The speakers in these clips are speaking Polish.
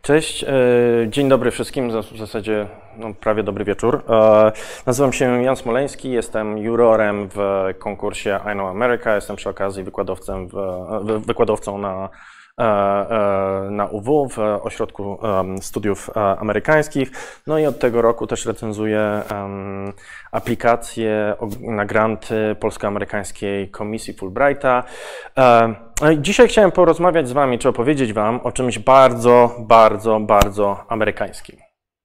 Cześć, dzień dobry wszystkim, w zasadzie no, prawie dobry wieczór. Nazywam się Jan Smoleński, jestem jurorem w konkursie I Know America, jestem przy okazji wykładowcą na UW w Ośrodku Studiów Amerykańskich. No i od tego roku też recenzuję aplikacje na granty polsko-amerykańskiej Komisji Fulbrighta. Dzisiaj chciałem porozmawiać z Wami, czy opowiedzieć Wam o czymś bardzo amerykańskim.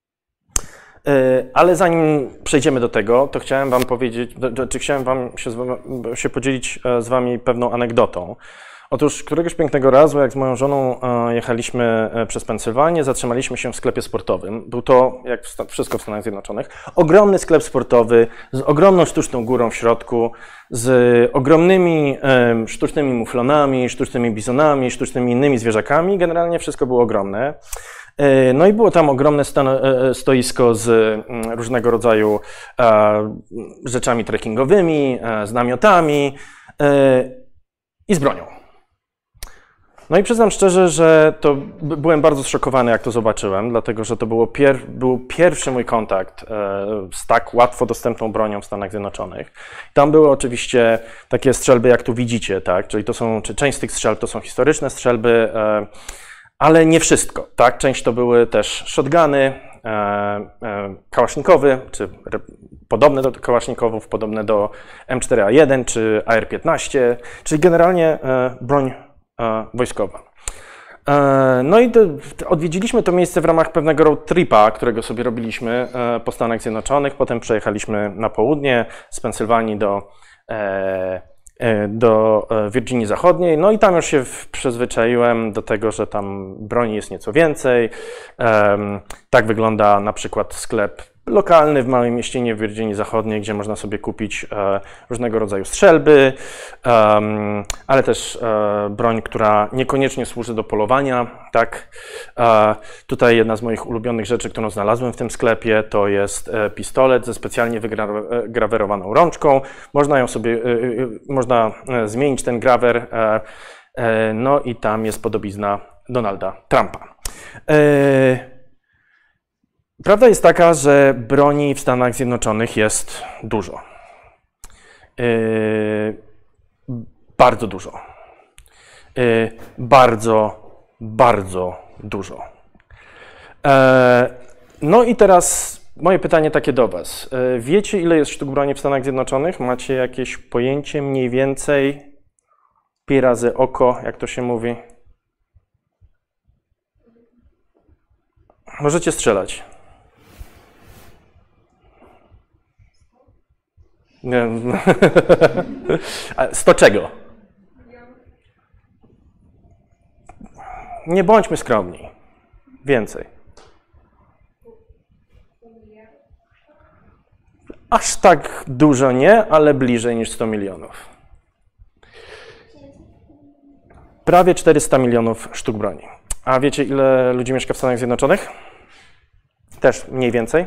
Ale zanim przejdziemy do tego, to chciałem Wam powiedzieć, czy chciałem się podzielić z Wami pewną anegdotą. Otóż któregoś pięknego razu, jak z moją żoną jechaliśmy przez Pensylwanię, zatrzymaliśmy się w sklepie sportowym. Był to, jak wszystko w Stanach Zjednoczonych, ogromny sklep sportowy z ogromną sztuczną górą w środku, z ogromnymi sztucznymi muflonami, sztucznymi bizonami, sztucznymi innymi zwierzakami. Generalnie wszystko było ogromne. No i było tam ogromne stoisko z różnego rodzaju rzeczami trekkingowymi, z namiotami i z bronią. No i przyznam szczerze, że byłem bardzo zszokowany, jak to zobaczyłem, dlatego że to był pierwszy mój kontakt z tak łatwo dostępną bronią w Stanach Zjednoczonych. Tam były oczywiście takie strzelby, jak tu widzicie, tak? Czyli część z tych strzelb to są historyczne strzelby, ale nie wszystko, tak? Część to były też shotguny, kałasznikowy, czy podobne do kałasznikowów, podobne do M4A1 czy AR-15, czyli generalnie broń wojskowa. No i odwiedziliśmy to miejsce w ramach pewnego road tripa, którego sobie robiliśmy po Stanach Zjednoczonych. Potem przejechaliśmy na południe z Pensylwanii do Virginii Zachodniej. No i tam już się przyzwyczaiłem do tego, że tam broni jest nieco więcej. Tak wygląda na przykład sklep lokalny w małej mieścinie w Virginii Zachodniej, gdzie można sobie kupić różnego rodzaju strzelby, ale też broń, która niekoniecznie służy do polowania. Tak? Tutaj jedna z moich ulubionych rzeczy, którą znalazłem w tym sklepie, to jest pistolet ze specjalnie wygrawerowaną rączką. Można zmienić ten grawer, no i tam jest podobizna Donalda Trumpa. Prawda jest taka, że broni w Stanach Zjednoczonych jest dużo. Bardzo dużo. Bardzo dużo. No i teraz moje pytanie takie do Was. Wiecie, ile jest sztuk broni w Stanach Zjednoczonych? Macie jakieś pojęcie mniej więcej? Pi razy oko, jak to się mówi? Możecie strzelać. Nie. 100 czego? Nie bądźmy skromni. Więcej. Aż tak dużo nie, ale bliżej niż 100 milionów. Prawie 400 milionów sztuk broni. A wiecie, ile ludzi mieszka w Stanach Zjednoczonych? Też mniej więcej?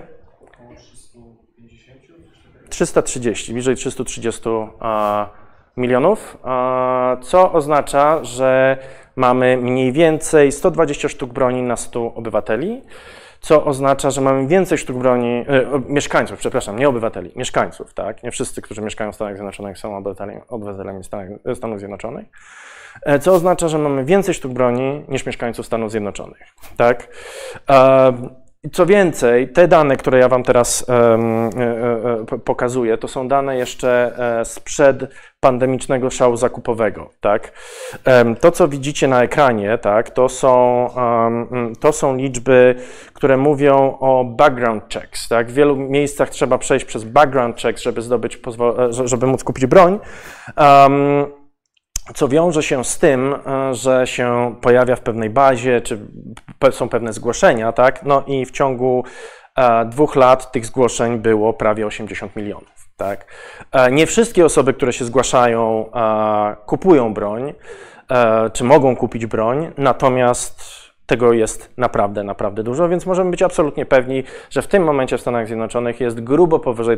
330, bliżej 330 milionów, co oznacza, że mamy mniej więcej 120 sztuk broni na 100 obywateli, co oznacza, że mamy więcej sztuk broni, mieszkańców, przepraszam, nie obywateli, mieszkańców, tak? Nie wszyscy, którzy mieszkają w Stanach Zjednoczonych są obywatelami Stanów Zjednoczonych, co oznacza, że mamy więcej sztuk broni niż mieszkańców Stanów Zjednoczonych, tak? Co więcej, te dane, które ja Wam teraz pokazuję, to są dane jeszcze sprzed pandemicznego szału zakupowego. Tak? To, co widzicie na ekranie, tak, to są liczby, które mówią o background checks. Tak? W wielu miejscach trzeba przejść przez background checks, żeby móc kupić broń. Co wiąże się z tym, że się pojawia w pewnej bazie, czy są pewne zgłoszenia, tak? No i w ciągu 2 lat tych zgłoszeń było prawie 80 milionów, tak? Nie wszystkie osoby, które się zgłaszają, kupują broń, czy mogą kupić broń, natomiast tego jest naprawdę dużo, więc możemy być absolutnie pewni, że w tym momencie w Stanach Zjednoczonych jest grubo powyżej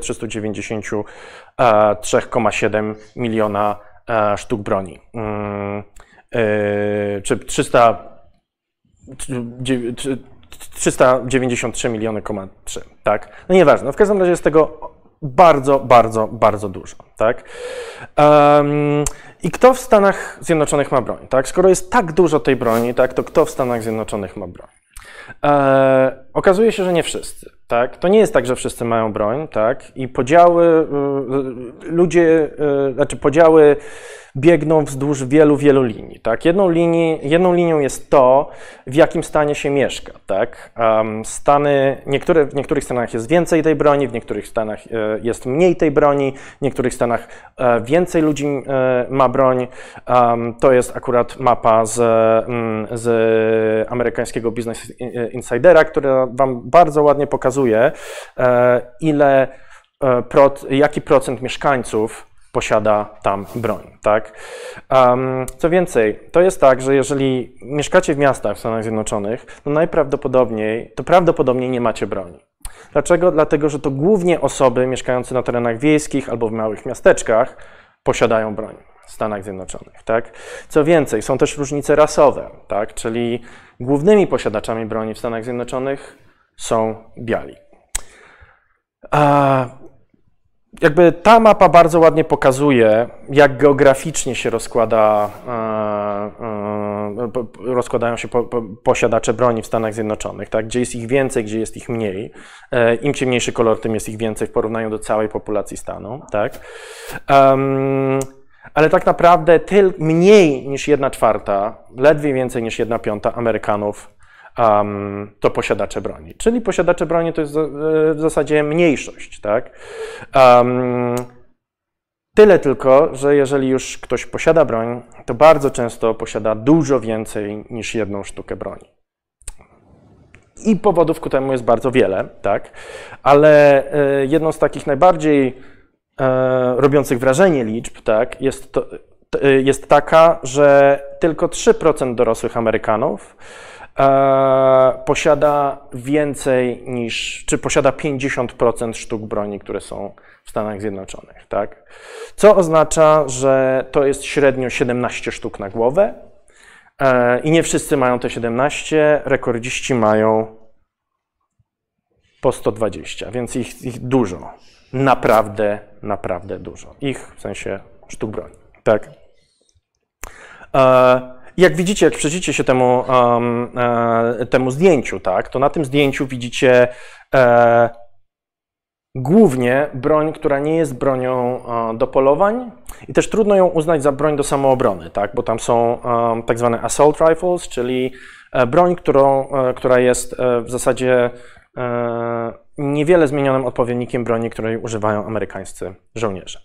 393,7 miliona sztuk broni. Czy 300 393 miliony, 3, tak? No nieważne, no w każdym razie jest tego bardzo, bardzo, bardzo dużo, tak? I kto w Stanach Zjednoczonych ma broń, tak? Skoro jest tak dużo tej broni, tak, to kto w Stanach Zjednoczonych ma broń? Okazuje się, że nie wszyscy, tak? To nie jest tak, że wszyscy mają broń, tak? I podziały, podziały biegną wzdłuż wielu, wielu linii, tak? Jedną linią jest to, w jakim stanie się mieszka, tak? W niektórych stanach jest więcej tej broni, w niektórych stanach jest mniej tej broni, w niektórych stanach więcej ludzi ma broń. To jest akurat mapa z amerykańskiego Business Insidera, która wam bardzo ładnie pokazuje, jaki procent mieszkańców posiada tam broń, tak? Co więcej, to jest tak, że jeżeli mieszkacie w miastach w Stanach Zjednoczonych, to prawdopodobnie nie macie broni. Dlaczego? Dlatego, że to głównie osoby mieszkające na terenach wiejskich albo w małych miasteczkach posiadają broń w Stanach Zjednoczonych, tak? Co więcej, są też różnice rasowe, tak? Czyli głównymi posiadaczami broni w Stanach Zjednoczonych są biali. Jakby ta mapa bardzo ładnie pokazuje, jak geograficznie się rozkładają się posiadacze broni w Stanach Zjednoczonych, tak? Gdzie jest ich więcej, gdzie jest ich mniej. Im ciemniejszy kolor, tym jest ich więcej w porównaniu do całej populacji stanu, tak? Ale tak naprawdę mniej niż 1/4, ledwie więcej niż 1/5 Amerykanów to posiadacze broni. Czyli posiadacze broni to jest w zasadzie mniejszość, tak? Tyle tylko, że jeżeli już ktoś posiada broń, to bardzo często posiada dużo więcej niż jedną sztukę broni. I powodów ku temu jest bardzo wiele, tak? Ale jedną z takich najbardziej robiących wrażenie liczb, tak, jest taka, że tylko 3% dorosłych Amerykanów posiada więcej posiada 50% sztuk broni, które są w Stanach Zjednoczonych, tak? Co oznacza, że to jest średnio 17 sztuk na głowę i nie wszyscy mają te 17, rekordziści mają po 120, więc ich dużo, naprawdę, naprawdę dużo. W sensie sztuk broni, tak? Jak widzicie, jak przyjrzycie się temu zdjęciu, tak, to na tym zdjęciu widzicie głównie broń, która nie jest bronią do polowań i też trudno ją uznać za broń do samoobrony, tak, bo tam są tak zwane assault rifles, czyli broń, która jest w zasadzie niewiele zmienionym odpowiednikiem broni, której używają amerykańscy żołnierze.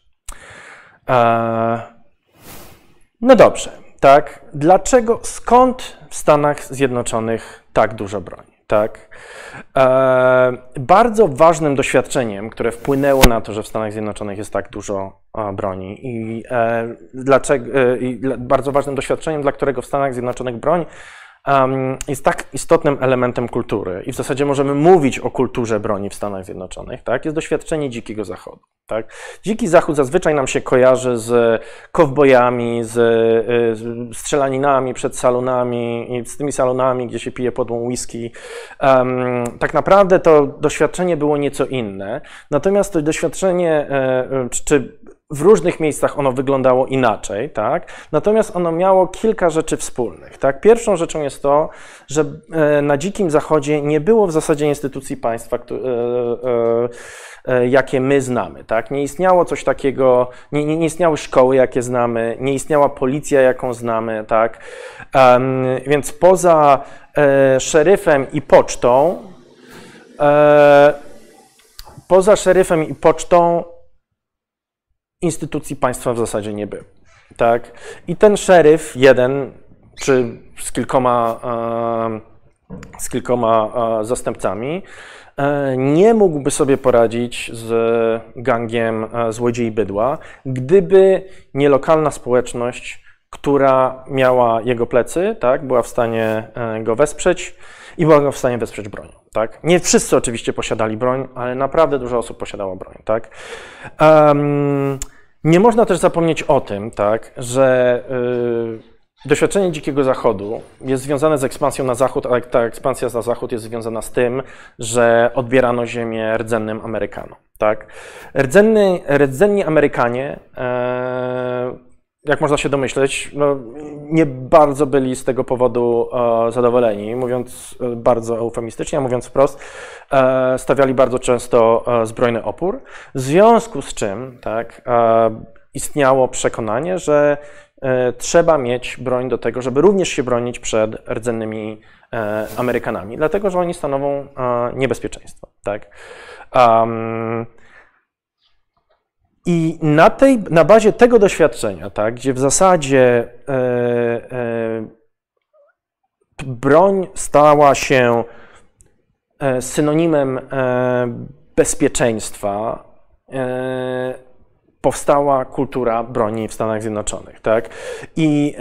No dobrze. Tak, skąd w Stanach Zjednoczonych tak dużo broni, tak? Bardzo ważnym doświadczeniem, które wpłynęło na to, że w Stanach Zjednoczonych jest tak dużo broni bardzo ważnym doświadczeniem, dla którego w Stanach Zjednoczonych broń jest tak istotnym elementem kultury i w zasadzie możemy mówić o kulturze broni w Stanach Zjednoczonych, tak, jest doświadczenie Dzikiego Zachodu. Tak? Dziki Zachód zazwyczaj nam się kojarzy z kowbojami, z strzelaninami przed salonami i z tymi salonami, gdzie się pije podłą whisky. Tak naprawdę to doświadczenie było nieco inne, natomiast to doświadczenie, w różnych miejscach ono wyglądało inaczej, tak? Natomiast ono miało kilka rzeczy wspólnych. Tak? Pierwszą rzeczą jest to, że na Dzikim Zachodzie nie było w zasadzie instytucji państwa, jakie my znamy. Tak? Nie istniało coś takiego, nie istniały szkoły, jakie znamy, nie istniała policja, jaką znamy. Tak? Więc poza szeryfem i pocztą, instytucji państwa w zasadzie nie było. Tak? I ten szeryf, jeden, czy z kilkoma zastępcami, nie mógłby sobie poradzić z gangiem złodziei bydła, gdyby nie lokalna społeczność, która miała jego plecy, tak? Była w stanie go wesprzeć i była go w stanie wesprzeć bronią. Tak? Nie wszyscy oczywiście posiadali broń, ale naprawdę dużo osób posiadało broń. Tak? Nie można też zapomnieć o tym, tak, że Doświadczenie Dzikiego Zachodu jest związane z ekspansją na zachód, ale ta ekspansja na zachód jest związana z tym, że odbierano ziemię rdzennym Amerykanom. Tak? Rdzenni Amerykanie, jak można się domyśleć, no, nie bardzo byli z tego powodu zadowoleni, mówiąc bardzo eufemistycznie, a mówiąc wprost, stawiali bardzo często zbrojny opór, w związku z czym tak, istniało przekonanie, że trzeba mieć broń do tego, żeby również się bronić przed rdzennymi Amerykanami, dlatego że oni stanowią niebezpieczeństwo. Tak? I na bazie tego doświadczenia, tak, gdzie w zasadzie broń stała się synonimem bezpieczeństwa, powstała kultura broni w Stanach Zjednoczonych, tak? I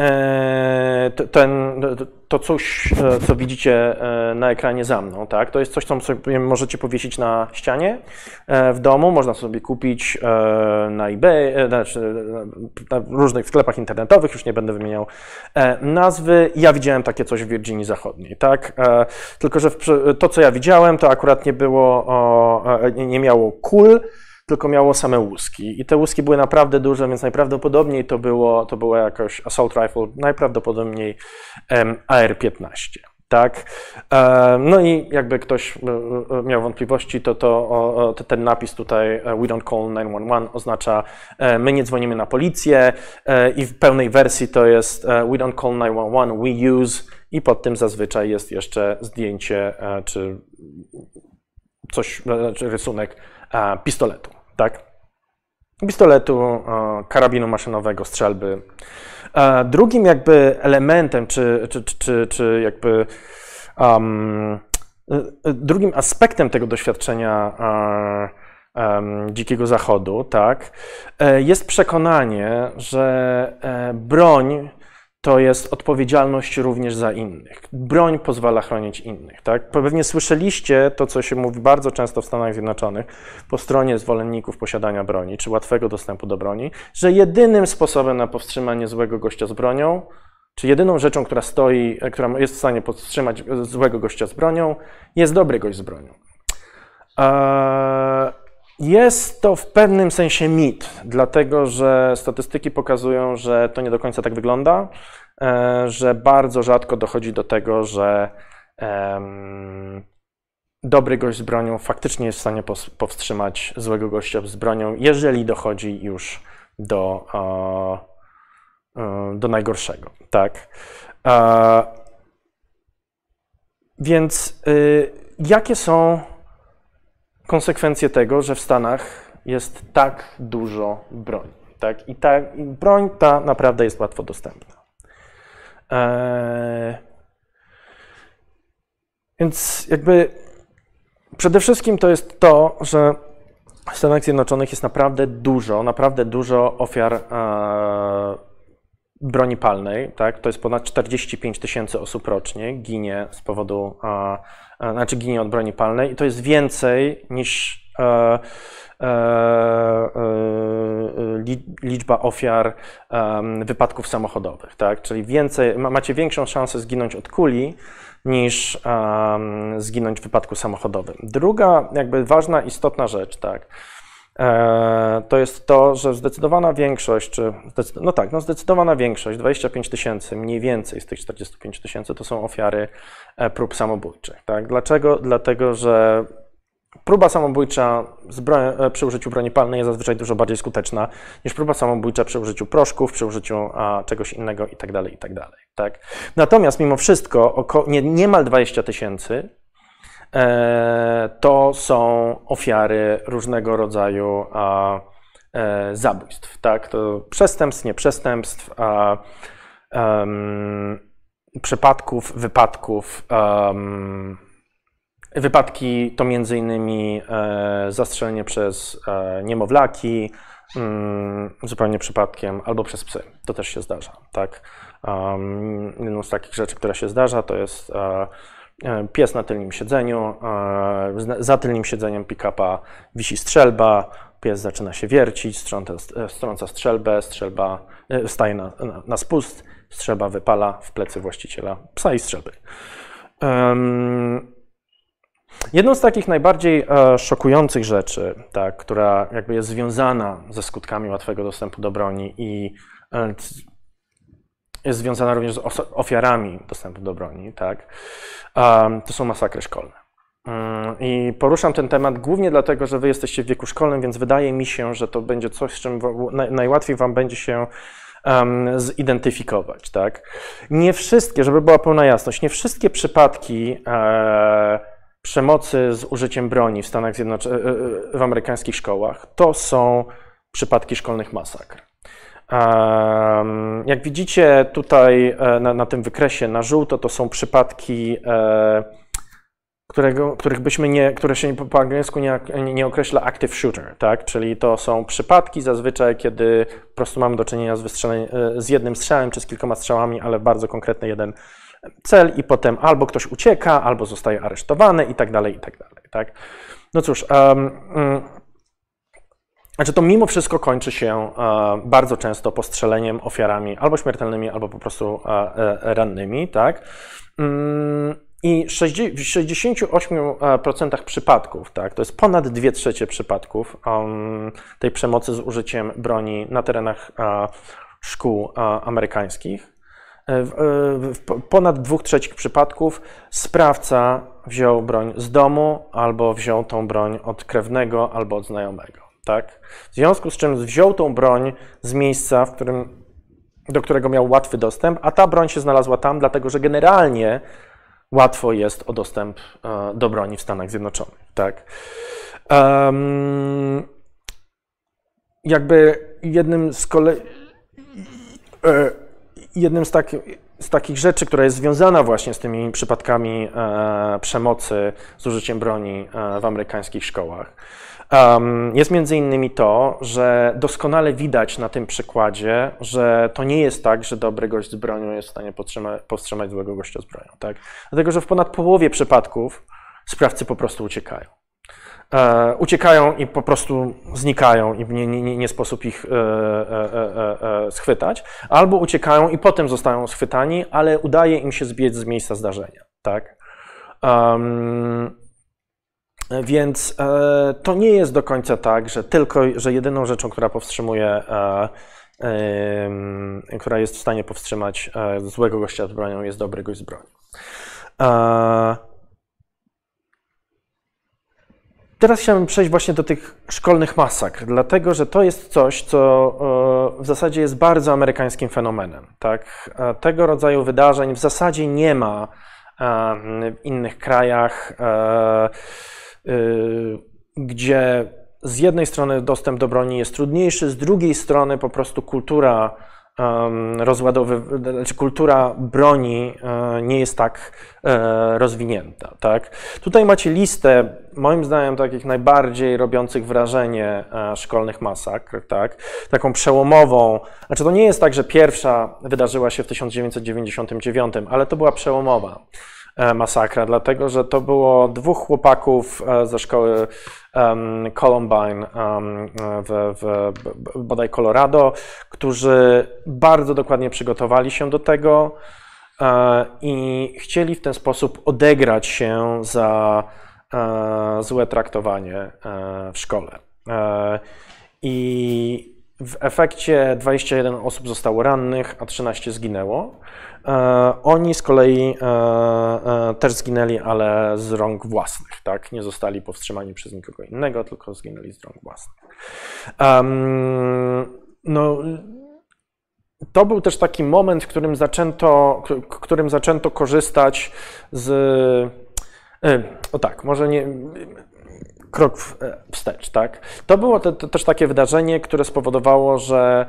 to coś, co widzicie na ekranie za mną, tak? To jest coś, co sobie możecie powiesić na ścianie w domu, można sobie kupić na eBay, znaczy na różnych sklepach internetowych, już nie będę wymieniał nazwy. Ja widziałem takie coś w Virginii Zachodniej, tak? Tylko że to, co ja widziałem, to akurat nie miało kul, tylko miało same łuski. I te łuski były naprawdę duże, więc najprawdopodobniej to było jakoś assault rifle, najprawdopodobniej AR-15. Tak? No i jakby ktoś miał wątpliwości, to ten napis tutaj "We don't call 911" oznacza my nie dzwonimy na policję i w pełnej wersji to jest "We don't call 911, we use" i pod tym zazwyczaj jest jeszcze zdjęcie czy coś, czy rysunek pistoletu. Tak? Pistoletu, karabinu maszynowego, strzelby. Drugim jakby elementem, czy jakby drugim aspektem tego doświadczenia Dzikiego Zachodu, tak, jest przekonanie, że broń to jest odpowiedzialność również za innych. Broń pozwala chronić innych. Tak? Pewnie słyszeliście to, co się mówi bardzo często w Stanach Zjednoczonych po stronie zwolenników posiadania broni, czy łatwego dostępu do broni, że jedynym sposobem na powstrzymanie złego gościa z bronią, czy jedyną rzeczą, która jest w stanie powstrzymać złego gościa z bronią, jest dobry gość z bronią. Jest to w pewnym sensie mit, dlatego że statystyki pokazują, że to nie do końca tak wygląda, że bardzo rzadko dochodzi do tego, że dobry gość z bronią faktycznie jest w stanie powstrzymać złego gościa z bronią, jeżeli dochodzi już do najgorszego. Tak? Więc jakie są konsekwencje tego, że w Stanach jest tak dużo broni, tak? I broń ta naprawdę jest łatwo dostępna. Więc jakby przede wszystkim to jest to, że w Stanach Zjednoczonych jest naprawdę dużo ofiar broni palnej, tak? To jest ponad 45 000 osób rocznie ginie z powodu, ginie od broni palnej i to jest więcej niż liczba ofiar wypadków samochodowych, tak? Czyli macie większą szansę zginąć od kuli niż zginąć w wypadku samochodowym. Druga jakby ważna, istotna rzecz, tak? To jest to, że zdecydowana większość, zdecydowana większość, 25 000 mniej więcej z tych 45 000 to są ofiary prób samobójczych. Tak? Dlaczego? Dlatego, że próba samobójcza przy użyciu broni palnej jest zazwyczaj dużo bardziej skuteczna niż próba samobójcza przy użyciu proszków, przy użyciu czegoś innego itd. Tak? Natomiast mimo wszystko niemal 20 000 to są ofiary różnego rodzaju zabójstw, tak? To przestępstw, nieprzestępstw, przypadków, wypadków. Wypadki to m.in. zastrzelenie przez niemowlaki, zupełnie przypadkiem, albo przez psy. To też się zdarza, tak? Jedną z takich rzeczy, która się zdarza, to jest pies na tylnym siedzeniu, za tylnym siedzeniem pick-upa wisi strzelba, pies zaczyna się wiercić, strąca strzelbę, strzelba staje na spust, strzelba wypala w plecy właściciela psa i strzelby. Jedną z takich najbardziej szokujących rzeczy, tak, która jakby jest związana ze skutkami łatwego dostępu do broni i jest związana również z ofiarami dostępu do broni, tak, to są masakry szkolne. I poruszam ten temat głównie dlatego, że wy jesteście w wieku szkolnym, więc wydaje mi się, że to będzie coś, z czym najłatwiej wam będzie się zidentyfikować, tak. Nie wszystkie, żeby była pełna jasność, nie wszystkie przypadki przemocy z użyciem broni w Stanach Zjednoczonych, w amerykańskich szkołach, to są przypadki szkolnych masakr. Jak widzicie tutaj na tym wykresie na żółto, to są przypadki, które się po angielsku nie określa active shooter, tak? Czyli to są przypadki zazwyczaj, kiedy po prostu mamy do czynienia z jednym strzałem czy z kilkoma strzałami, ale bardzo konkretny jeden cel i potem albo ktoś ucieka, albo zostaje aresztowany i tak dalej, tak? No cóż, znaczy to mimo wszystko kończy się bardzo często postrzeleniem, ofiarami albo śmiertelnymi, albo po prostu rannymi, tak? I w 68% przypadków, tak, to jest ponad 2/3 przypadków tej przemocy z użyciem broni na terenach szkół amerykańskich, w ponad 2/3 przypadków sprawca wziął broń z domu albo wziął tą broń od krewnego albo od znajomego. Tak? W związku z czym wziął tą broń z miejsca, do którego miał łatwy dostęp, a ta broń się znalazła tam, dlatego że generalnie łatwo jest o dostęp do broni w Stanach Zjednoczonych. Tak? Jakby jednym z takich rzeczy, która jest związana właśnie z tymi przypadkami przemocy z użyciem broni w amerykańskich szkołach, jest między innymi to, że doskonale widać na tym przykładzie, że to nie jest tak, że dobry gość z bronią jest w stanie powstrzymać złego gościa z bronią. Tak? Dlatego, że w ponad połowie przypadków sprawcy po prostu uciekają. Uciekają i po prostu znikają i nie sposób ich schwytać, albo uciekają i potem zostają schwytani, ale udaje im się zbiec z miejsca zdarzenia. Tak? Więc to nie jest do końca tak, że jedyną rzeczą, która powstrzymuje, która jest w stanie powstrzymać złego gościa z bronią, jest dobry gość z bronią. Teraz chciałbym przejść właśnie do tych szkolnych masakr, dlatego że to jest coś, co w zasadzie jest bardzo amerykańskim fenomenem. Tak? Tego rodzaju wydarzeń w zasadzie nie ma w innych krajach, gdzie z jednej strony dostęp do broni jest trudniejszy, z drugiej strony po prostu kultura kultura broni nie jest tak rozwinięta. Tak? Tutaj macie listę, moim zdaniem, takich najbardziej robiących wrażenie szkolnych masakr. Tak? Taką przełomową, znaczy to nie jest tak, że pierwsza wydarzyła się w 1999, ale to była przełomowa masakra, dlatego że to było 2 chłopaków ze szkoły Columbine w bodaj Colorado, którzy bardzo dokładnie przygotowali się do tego i chcieli w ten sposób odegrać się za złe traktowanie w szkole. I w efekcie 21 osób zostało rannych, a 13 zginęło. Oni z kolei też zginęli, ale z rąk własnych, tak? Nie zostali powstrzymani przez nikogo innego, tylko zginęli z rąk własnych. No, to był też taki moment, w którym zaczęto korzystać z... O tak, może nie... Krok wstecz, tak? To było też takie wydarzenie, które spowodowało, że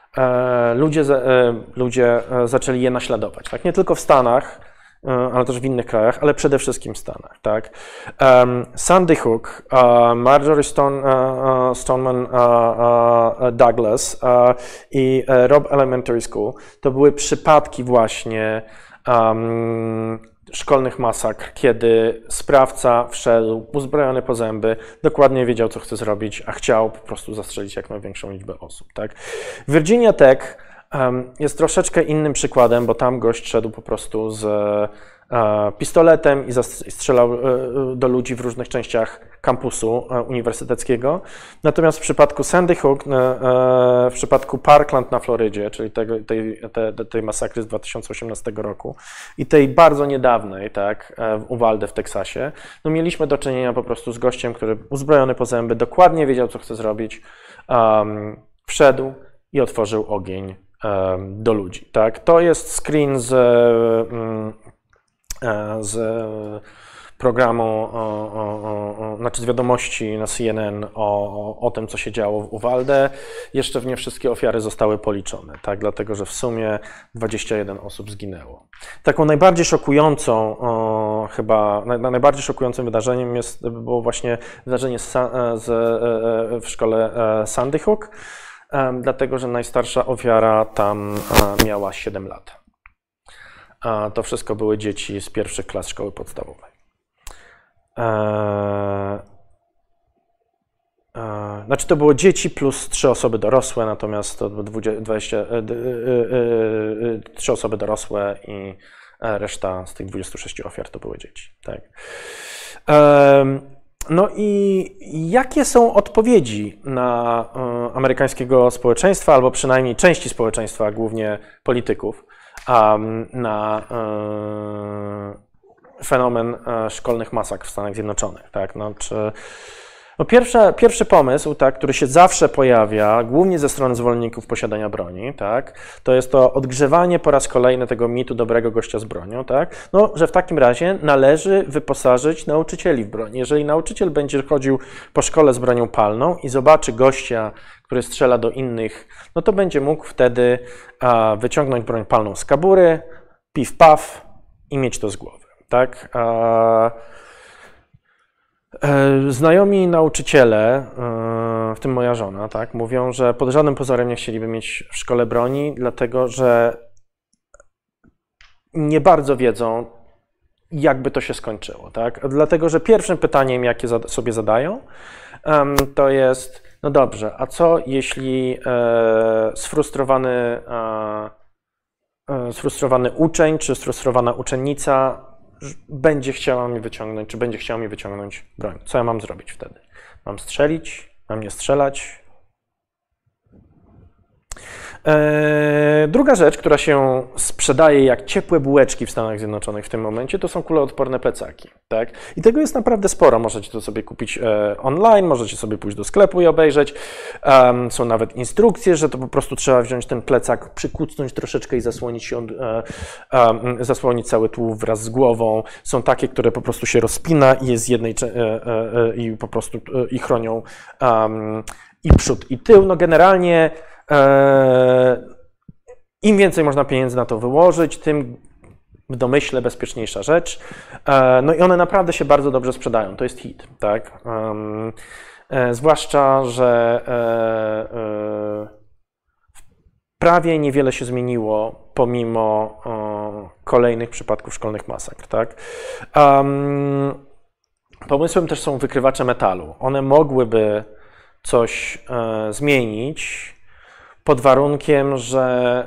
ludzie zaczęli je naśladować. Tak? Nie tylko w Stanach, ale też w innych krajach, ale przede wszystkim w Stanach. Tak? Sandy Hook, Marjorie Stoneman Douglas i Robb Elementary School to były przypadki właśnie szkolnych masakr, kiedy sprawca wszedł uzbrojony po zęby, dokładnie wiedział, co chce zrobić, a chciał po prostu zastrzelić jak największą liczbę osób. Tak? Virginia Tech jest troszeczkę innym przykładem, bo tam gość szedł po prostu z pistoletem i strzelał do ludzi w różnych częściach kampusu uniwersyteckiego. Natomiast w przypadku Sandy Hook, w przypadku Parkland na Florydzie, czyli tej masakry z 2018 roku i tej bardzo niedawnej, tak, w Uvalde w Teksasie, no mieliśmy do czynienia po prostu z gościem, który uzbrojony po zęby, dokładnie wiedział, co chce zrobić, wszedł i otworzył ogień do ludzi. Tak? To jest screen z programu, znaczy z wiadomości na CNN o tym, co się działo w Uvalde. Jeszcze nie wszystkie ofiary zostały policzone, tak? Dlatego że w sumie 21 osób zginęło. Taką najbardziej szokującą, chyba najbardziej szokującym wydarzeniem było właśnie wydarzenie w szkole Sandy Hook, dlatego że najstarsza ofiara tam miała 7 lat. To wszystko były dzieci z pierwszych klas szkoły podstawowej. Znaczy to było dzieci plus 3 osoby dorosłe, natomiast to 3 osoby dorosłe i reszta z tych 26 ofiar to były dzieci. Tak. No i jakie są odpowiedzi na amerykańskiego społeczeństwa, albo przynajmniej części społeczeństwa, głównie polityków, na fenomen szkolnych masakr w Stanach Zjednoczonych? Tak? Pierwszy pomysł, tak, który się zawsze pojawia, głównie ze strony zwolenników posiadania broni, tak, to jest to odgrzewanie po raz kolejny tego mitu dobrego gościa z bronią, tak, no, że w takim razie należy wyposażyć nauczycieli w broń. Jeżeli nauczyciel będzie chodził po szkole z bronią palną i zobaczy gościa, który strzela do innych, no to będzie mógł wtedy wyciągnąć broń palną z kabury, pif paf i mieć to z głowy, tak. Znajomi nauczyciele, w tym moja żona, tak, mówią, że pod żadnym pozorem nie chcieliby mieć w szkole broni, dlatego że nie bardzo wiedzą, jakby to się skończyło. Tak? Dlatego, że pierwszym pytaniem, jakie sobie zadają, to jest, no dobrze, a co jeśli sfrustrowany uczeń czy sfrustrowana uczennica będzie chciała mi wyciągnąć, czy będzie chciał mi wyciągnąć broń. Co ja mam zrobić wtedy? Mam strzelić? Mam nie strzelać? Druga rzecz, która się sprzedaje jak ciepłe bułeczki w Stanach Zjednoczonych w tym momencie, to są kuloodporne plecaki. Tak? I tego jest naprawdę sporo. Możecie to sobie kupić online, możecie sobie pójść do sklepu i obejrzeć. Są nawet instrukcje, że to po prostu trzeba wziąć ten plecak, przykucnąć troszeczkę i zasłonić cały tułów wraz z głową. Są takie, które po prostu się rozpina i jest z jednej i po prostu i chronią i przód, i tył. No generalnie im więcej można pieniędzy na to wyłożyć, tym w domyśle bezpieczniejsza rzecz. No i one naprawdę się bardzo dobrze sprzedają. To jest hit, tak? Zwłaszcza, że prawie niewiele się zmieniło pomimo kolejnych przypadków szkolnych masakr, tak? Pomysłem też są wykrywacze metalu. One mogłyby coś zmienić, pod warunkiem, że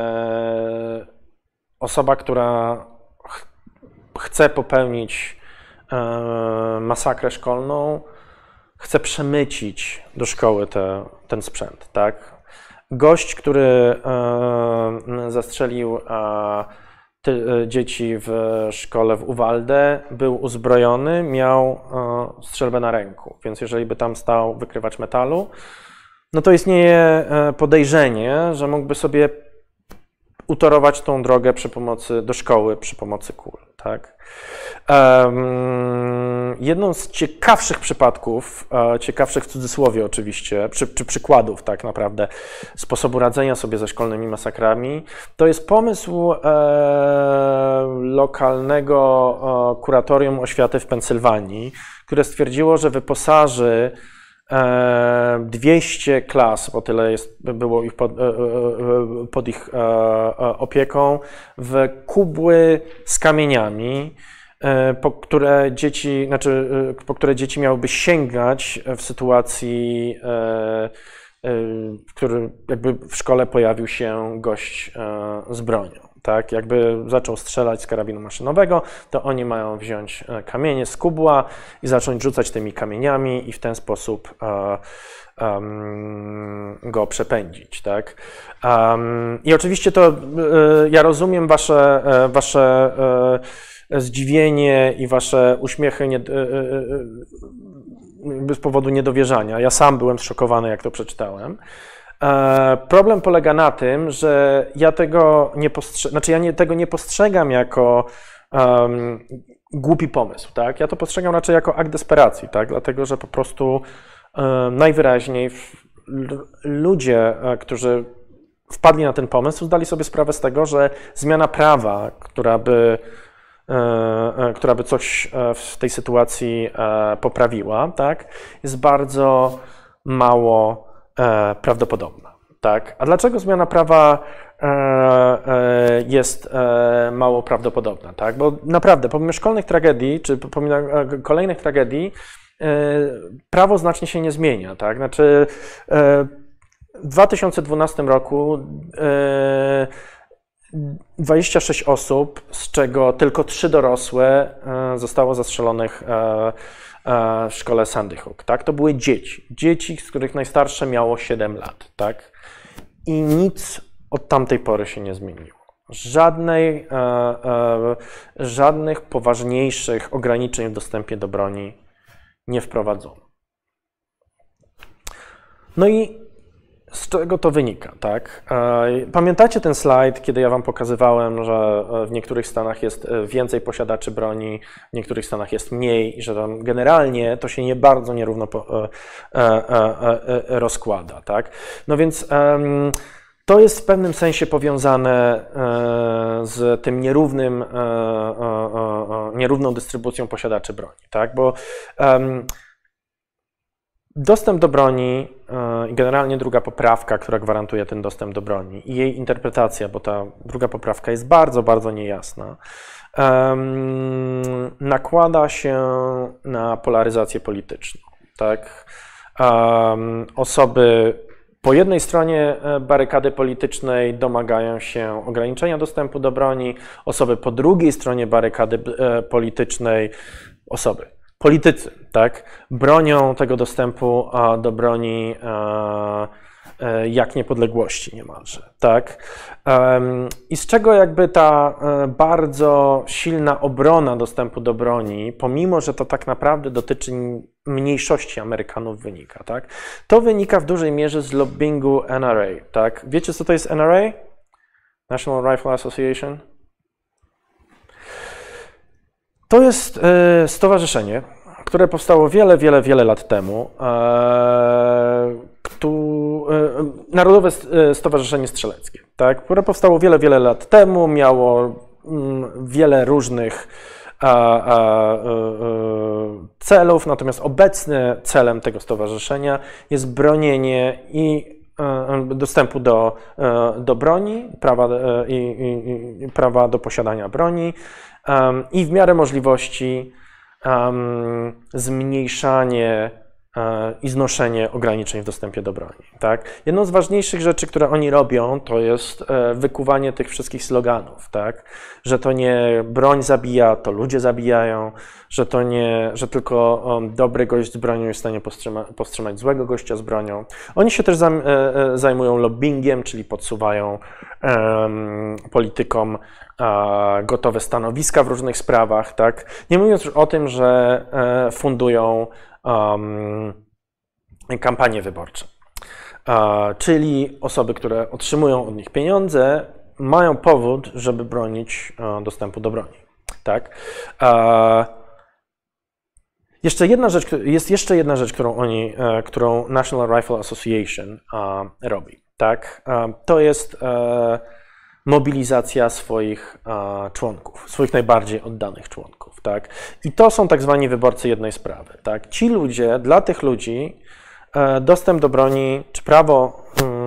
osoba, która chce popełnić masakrę szkolną, chce przemycić do szkoły ten sprzęt. Tak? Gość, który zastrzelił dzieci w szkole w Uvalde, był uzbrojony, miał strzelbę na ręku, więc jeżeli by tam stał wykrywacz metalu, no to istnieje podejrzenie, że mógłby sobie utorować tą drogę do szkoły przy pomocy kul. Tak? Jedną z ciekawszych przypadków, ciekawszych w cudzysłowie oczywiście, czy przykładów tak naprawdę sposobu radzenia sobie ze szkolnymi masakrami, to jest pomysł lokalnego kuratorium oświaty w Pensylwanii, które stwierdziło, że wyposaży 200 klas, bo tyle było ich pod ich opieką, w kubły z kamieniami, po które dzieci miałyby sięgać w sytuacji, w której jakby w szkole pojawił się gość z bronią. Tak, jakby zaczął strzelać z karabinu maszynowego, to oni mają wziąć kamienie z kubła i zacząć rzucać tymi kamieniami i w ten sposób go przepędzić. Tak? I oczywiście to ja rozumiem wasze zdziwienie i wasze uśmiechy z powodu niedowierzania. Ja sam byłem zszokowany, jak to przeczytałem. Problem polega na tym, że ja tego nie postrzegam jako głupi pomysł, tak? Ja to postrzegam raczej jako akt desperacji, tak? Dlatego, że po prostu najwyraźniej ludzie, którzy wpadli na ten pomysł, zdali sobie sprawę z tego, że zmiana prawa, która by coś w tej sytuacji poprawiła, tak? Jest bardzo mało prawdopodobna. Tak? A dlaczego zmiana prawa jest mało prawdopodobna? Tak? Bo naprawdę, pomimo szkolnych tragedii, czy pomimo kolejnych tragedii, prawo znacznie się nie zmienia. Tak? Znaczy, w 2012 roku 26 osób, z czego tylko 3 dorosłe, zostało zastrzelonych w szkole Sandy Hook, tak? To były dzieci, z których najstarsze miało 7 lat, tak? I nic od tamtej pory się nie zmieniło. Żadnych poważniejszych ograniczeń w dostępie do broni nie wprowadzono. No i z czego to wynika, tak? Pamiętacie ten slajd, kiedy ja wam pokazywałem, że w niektórych stanach jest więcej posiadaczy broni, w niektórych stanach jest mniej i że tam generalnie to się bardzo nierówno rozkłada, tak? No więc to jest w pewnym sensie powiązane z tym nierówną dystrybucją posiadaczy broni, tak? Bo dostęp do broni i generalnie druga poprawka, która gwarantuje ten dostęp do broni i jej interpretacja, bo ta druga poprawka jest bardzo, bardzo niejasna, nakłada się na polaryzację polityczną. Tak? Osoby po jednej stronie barykady politycznej domagają się ograniczenia dostępu do broni, osoby po drugiej stronie barykady politycznej, politycy, tak, bronią tego dostępu do broni jak niepodległości niemalże, tak. I z czego jakby ta bardzo silna obrona dostępu do broni, pomimo że to tak naprawdę dotyczy mniejszości Amerykanów wynika, tak. To wynika w dużej mierze z lobbingu NRA, tak. Wiecie, co to jest NRA? National Rifle Association? To jest stowarzyszenie, które powstało wiele lat temu. Narodowe Stowarzyszenie Strzeleckie, tak, które powstało wiele lat temu, miało wiele różnych celów, natomiast obecnym celem tego stowarzyszenia jest bronienie i dostępu do broni, prawa do posiadania broni i w miarę możliwości zmniejszanie i znoszenie ograniczeń w dostępie do broni. Tak? Jedną z ważniejszych rzeczy, które oni robią, to jest wykuwanie tych wszystkich sloganów, tak? Że to nie broń zabija, to ludzie zabijają, że tylko dobry gość z bronią jest w stanie powstrzymać złego gościa z bronią. Oni się też zajmują lobbingiem, czyli podsuwają politykom gotowe stanowiska w różnych sprawach, tak? Nie mówiąc już o tym, że fundują kampanie wyborcze. Czyli osoby, które otrzymują od nich pieniądze, mają powód, żeby bronić dostępu do broni. Tak? Jest jeszcze jedna rzecz, którą National Rifle Association robi. Tak? To jest mobilizacja swoich członków, swoich najbardziej oddanych członków. Tak? I to są tak zwani wyborcy jednej sprawy. Tak? Ci ludzie, dla tych ludzi dostęp do broni, czy prawo,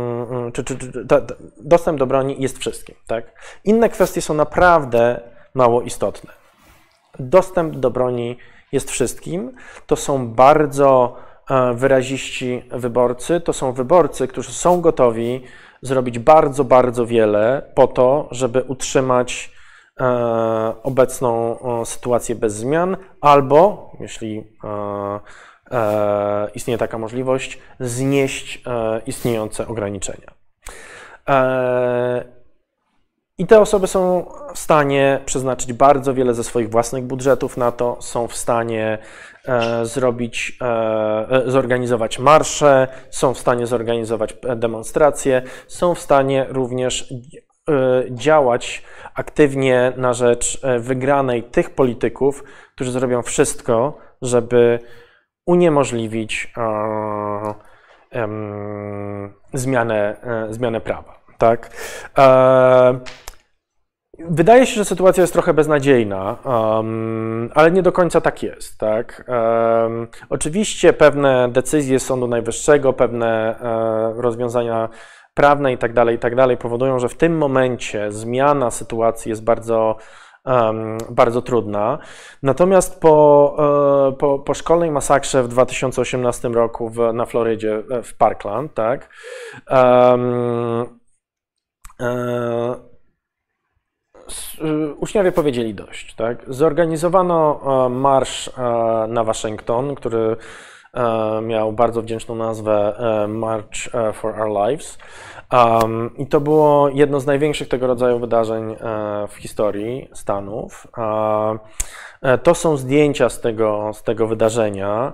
dostęp do broni jest wszystkim, tak? Inne kwestie są naprawdę mało istotne. Dostęp do broni jest wszystkim. To są bardzo wyraziści wyborcy. To są wyborcy, którzy są gotowi zrobić bardzo, bardzo wiele po to, żeby utrzymać obecną sytuację bez zmian, albo, jeśli istnieje taka możliwość, znieść istniejące ograniczenia. I te osoby są w stanie przeznaczyć bardzo wiele ze swoich własnych budżetów na to, są w stanie zorganizować marsze, są w stanie zorganizować demonstracje, są w stanie również działać aktywnie na rzecz wygranej tych polityków, którzy zrobią wszystko, żeby uniemożliwić zmianę prawa. Tak? Wydaje się, że sytuacja jest trochę beznadziejna, ale nie do końca tak jest. Tak? Oczywiście pewne decyzje Sądu Najwyższego, pewne rozwiązania prawne i tak dalej powodują, że w tym momencie zmiana sytuacji jest bardzo trudna. Natomiast po szkolnej masakrze w 2018 roku na Florydzie, w Parkland, tak, uczniowie powiedzieli dość. Tak? Zorganizowano marsz na Waszyngton, który miał bardzo wdzięczną nazwę March for Our Lives. I to było jedno z największych tego rodzaju wydarzeń w historii Stanów. To są zdjęcia z tego wydarzenia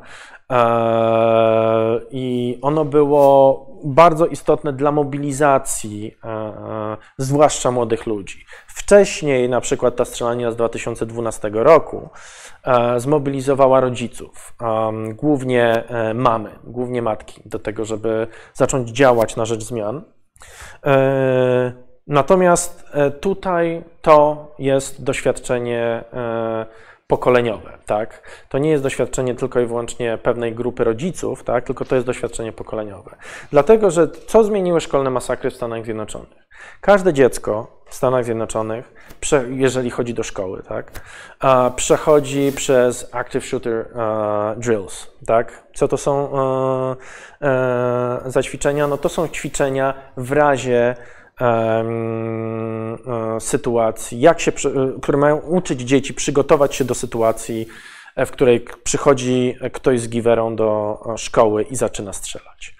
i ono było bardzo istotne dla mobilizacji, zwłaszcza młodych ludzi. Wcześniej, na przykład ta strzelanina z 2012 roku, zmobilizowała rodziców, głównie mamy, głównie matki, do tego, żeby zacząć działać na rzecz zmian. Natomiast tutaj to jest doświadczenie pokoleniowe, tak? To nie jest doświadczenie tylko i wyłącznie pewnej grupy rodziców, tak? Tylko to jest doświadczenie pokoleniowe. Dlatego, że co zmieniły szkolne masakry w Stanach Zjednoczonych? Każde dziecko w Stanach Zjednoczonych, jeżeli chodzi do szkoły, tak? Przechodzi przez Active Shooter Drills, tak? Co to są za ćwiczenia? No to są ćwiczenia w razie sytuacji, które mają uczyć dzieci przygotować się do sytuacji, w której przychodzi ktoś z giwerą do szkoły i zaczyna strzelać.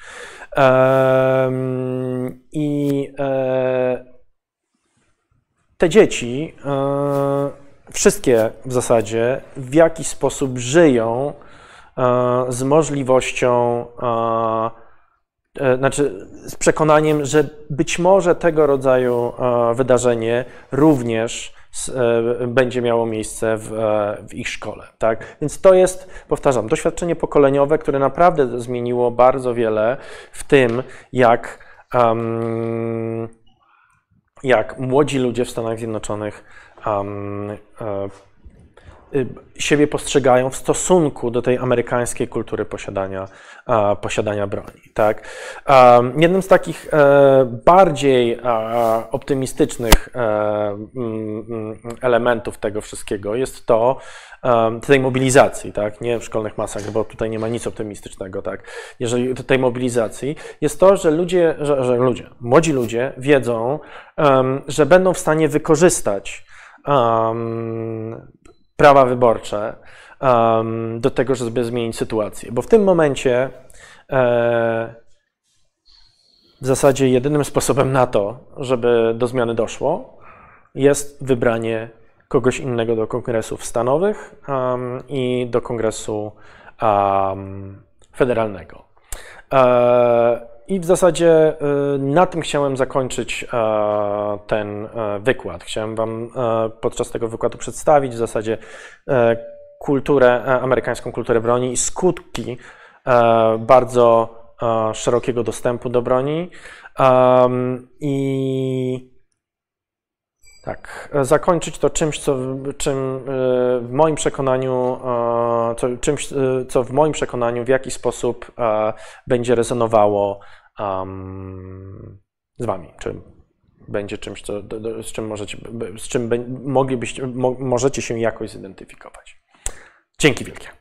Te dzieci, wszystkie w zasadzie, w jakiś sposób żyją z możliwością, z przekonaniem, że być może tego rodzaju wydarzenie również będzie miało miejsce w ich szkole. Tak? Więc to jest, powtarzam, doświadczenie pokoleniowe, które naprawdę zmieniło bardzo wiele w tym, jak młodzi ludzie w Stanach Zjednoczonych siebie postrzegają w stosunku do tej amerykańskiej kultury posiadania broni. Tak? Jednym z takich bardziej optymistycznych elementów tego wszystkiego jest to, tej mobilizacji, tak? Nie szkolnych masakr, bo tutaj nie ma nic optymistycznego. Tak? Jeżeli tej mobilizacji jest to, że młodzi ludzie wiedzą, że będą w stanie wykorzystać prawa wyborcze do tego, żeby zmienić sytuację. Bo w tym momencie w zasadzie jedynym sposobem na to, żeby do zmiany doszło, jest wybranie kogoś innego do kongresów stanowych i do kongresu federalnego. I w zasadzie na tym chciałem zakończyć ten wykład. Chciałem Wam podczas tego wykładu przedstawić w zasadzie amerykańską kulturę broni i skutki bardzo szerokiego dostępu do broni. I Tak, zakończyć to czymś, czym w moim przekonaniu, czymś, co w moim przekonaniu w jakiś sposób będzie rezonowało z Wami, czy będzie czymś, z czym możecie się jakoś zidentyfikować. Dzięki wielkie.